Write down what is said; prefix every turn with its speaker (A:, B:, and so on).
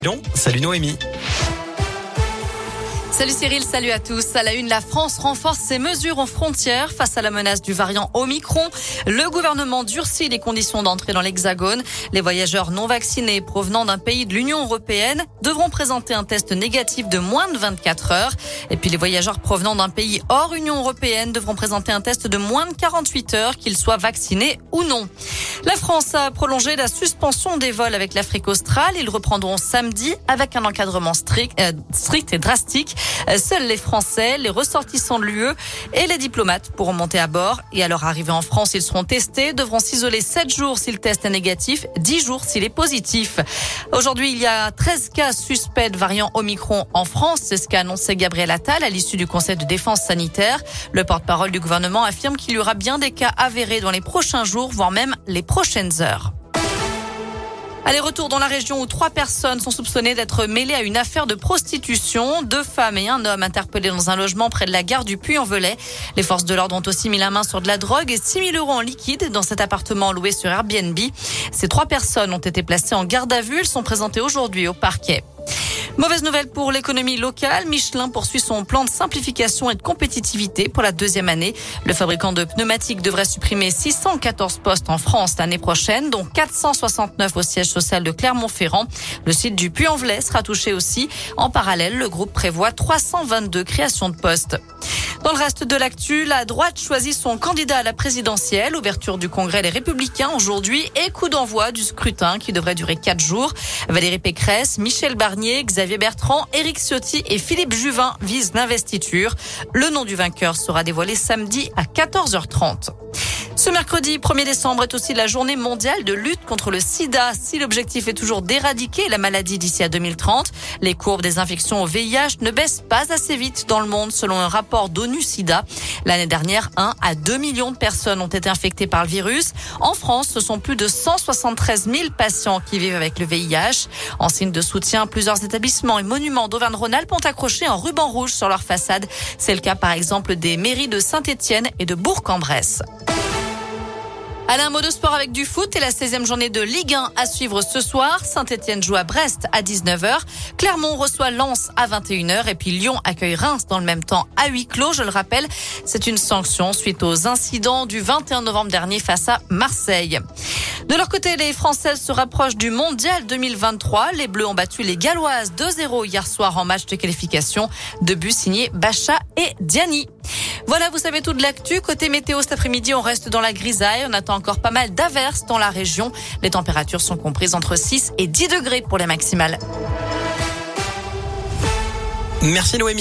A: Salut Noémie.
B: Salut Cyril, salut à tous. À la une, la France renforce ses mesures aux frontières face à la menace du variant Omicron. Le gouvernement durcit les conditions d'entrée dans l'Hexagone. Les voyageurs non vaccinés provenant d'un pays de l'Union européenne devront présenter un test négatif de moins de 24 heures. Et puis les voyageurs provenant d'un pays hors Union européenne devront présenter un test de moins de 48 heures, qu'ils soient vaccinés ou non. La France a prolongé la suspension des vols avec l'Afrique australe. Ils reprendront samedi avec un encadrement strict et drastique. Seuls les Français, les ressortissants de l'UE et les diplomates pourront monter à bord. Et à leur arrivée en France, ils seront testés, devront s'isoler 7 jours si le test est négatif, 10 jours s'il est positif. Aujourd'hui, il y a 13 cas suspects de variant Omicron en France. C'est ce qu'a annoncé Gabriel Attal à l'issue du Conseil de défense sanitaire. Le porte-parole du gouvernement affirme qu'il y aura bien des cas avérés dans les prochains jours, voire même les prochaines heures. Allez, retour dans la région où 3 personnes sont soupçonnées d'être mêlées à une affaire de prostitution. 2 femmes et un homme interpellés dans un logement près de la gare du Puy-en-Velay. Les forces de l'ordre ont aussi mis la main sur de la drogue et 6 000 € en liquide dans cet appartement loué sur Airbnb. Ces 3 personnes ont été placées en garde à vue. Elles sont présentées aujourd'hui au parquet. Mauvaise nouvelle pour l'économie locale. Michelin poursuit son plan de simplification et de compétitivité pour la 2e année. Le fabricant de pneumatiques devrait supprimer 614 postes en France l'année prochaine, dont 469 au siège social de Clermont-Ferrand. Le site du Puy-en-Velay sera touché aussi. En parallèle, le groupe prévoit 322 créations de postes. Dans le reste de l'actu, la droite choisit son candidat à la présidentielle. Ouverture du Congrès Les Républicains aujourd'hui et coup d'envoi du scrutin qui devrait durer 4 jours. Valérie Pécresse, Michel Barnier, Xavier Bertrand, Éric Ciotti et Philippe Juvin visent l'investiture. Le nom du vainqueur sera dévoilé samedi à 14h30. Ce mercredi 1er décembre est aussi la journée mondiale de lutte contre le sida. Si l'objectif est toujours d'éradiquer la maladie d'ici à 2030, les courbes des infections au VIH ne baissent pas assez vite dans le monde selon un rapport d'ONU-SIDA. L'année dernière, 1 à 2 millions de personnes ont été infectées par le virus. En France, ce sont plus de 173 000 patients qui vivent avec le VIH. En signe de soutien, plusieurs établissements et monuments d'Auvergne-Rhône-Alpes ont accroché un ruban rouge sur leur façade. C'est le cas par exemple des mairies de Saint-Étienne et de Bourg-en-Bresse. Allez, un mot de sport avec du foot et la 16e journée de Ligue 1 à suivre ce soir. Saint-Étienne joue à Brest à 19h. Clermont reçoit Lens à 21h. Et puis Lyon accueille Reims dans le même temps à huis clos. Je le rappelle, c'est une sanction suite aux incidents du 21 novembre dernier face à Marseille. De leur côté, les Françaises se rapprochent du Mondial 2023. Les Bleus ont battu les Galloises 2-0 hier soir en match de qualification. 2 buts signés Bacha et Diani. Voilà, vous savez tout de l'actu. Côté météo, cet après-midi, on reste dans la grisaille. On attend encore pas mal d'averses dans la région. Les températures sont comprises entre 6 et 10 degrés pour les maximales.
A: Merci Noémie.